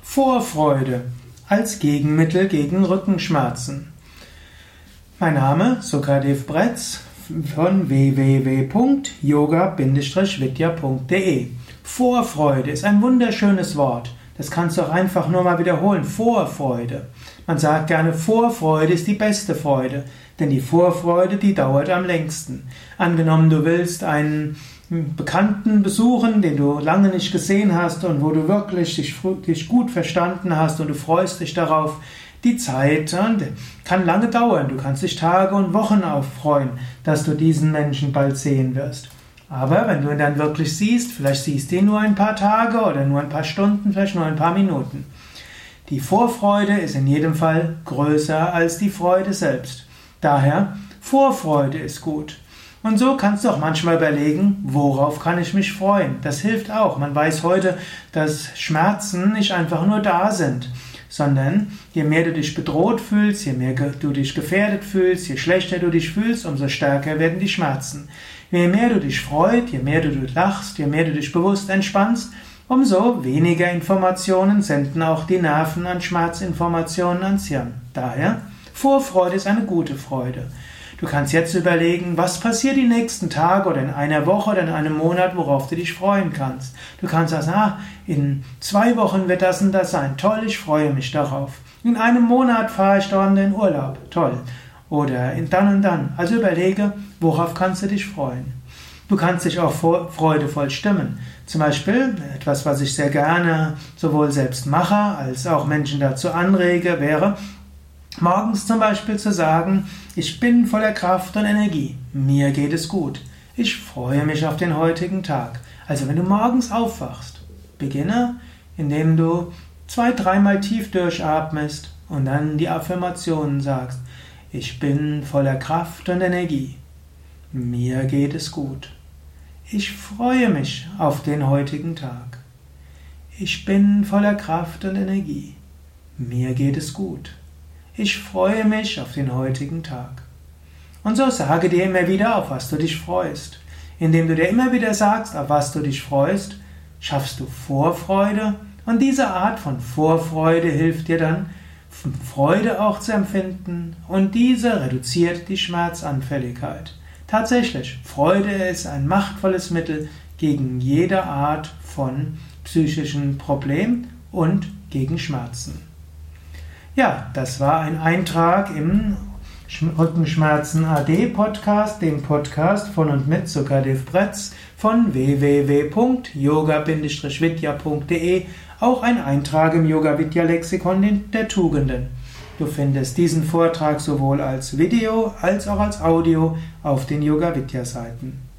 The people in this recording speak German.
Vorfreude als Gegenmittel gegen Rückenschmerzen. Mein Name Sukadev Bretz von www.yoga-vidya.de. Vorfreude ist ein wunderschönes Wort. Das kannst du auch einfach nur mal wiederholen. Vorfreude. Man sagt gerne, Vorfreude ist die beste Freude, denn die Vorfreude, die dauert am längsten. Angenommen, du willst einen Bekannten besuchen, den du lange nicht gesehen hast und wo du wirklich dich gut verstanden hast und du freust dich darauf. Die Zeit kann lange dauern. Du kannst dich Tage und Wochen freuen, dass du diesen Menschen bald sehen wirst. Aber wenn du ihn dann wirklich siehst, vielleicht siehst du ihn nur ein paar Tage oder nur ein paar Stunden, vielleicht nur ein paar Minuten. Die Vorfreude ist in jedem Fall größer als die Freude selbst. Daher, Vorfreude ist gut. Und so kannst du auch manchmal überlegen, worauf kann ich mich freuen? Das hilft auch. Man weiß heute, dass Schmerzen nicht einfach nur da sind, sondern je mehr du dich bedroht fühlst, je mehr du dich gefährdet fühlst, je schlechter du dich fühlst, umso stärker werden die Schmerzen. Je mehr du dich freust, je mehr du lachst, je mehr du dich bewusst entspannst, umso weniger Informationen senden auch die Nerven an Schmerzinformationen ans Hirn. Daher, Vorfreude ist eine gute Freude. Du kannst jetzt überlegen, was passiert die nächsten Tage oder in einer Woche oder in einem Monat, worauf du dich freuen kannst. Du kannst sagen, in 2 Wochen wird das und das sein. Toll, ich freue mich darauf. In einem Monat fahre ich dort in den Urlaub. Toll. Oder in dann und dann. Also überlege, worauf kannst du dich freuen. Du kannst dich auch freudevoll stimmen. Zum Beispiel, etwas, was ich sehr gerne sowohl selbst mache, als auch Menschen dazu anrege, wäre, morgens zum Beispiel zu sagen, ich bin voller Kraft und Energie, mir geht es gut, ich freue mich auf den heutigen Tag. Also wenn du morgens aufwachst, beginne, indem du 2-3 Mal tief durchatmest und dann die Affirmationen sagst, ich bin voller Kraft und Energie, mir geht es gut, ich freue mich auf den heutigen Tag, ich bin voller Kraft und Energie, mir geht es gut. Ich freue mich auf den heutigen Tag. Und so sage dir immer wieder, auf was du dich freust. Indem du dir immer wieder sagst, auf was du dich freust, schaffst du Vorfreude. Und diese Art von Vorfreude hilft dir dann, Freude auch zu empfinden. Und diese reduziert die Schmerzanfälligkeit. Tatsächlich, Freude ist ein machtvolles Mittel gegen jede Art von psychischen Problem und gegen Schmerzen. Ja, das war ein Eintrag im Rückenschmerzen AD Podcast, dem Podcast von und mit Sukadev Bretz von www.yoga-vidya.de, auch ein Eintrag im Yoga-Vidya-Lexikon der Tugenden. Du findest diesen Vortrag sowohl als Video als auch als Audio auf den Yoga-Vidya-Seiten.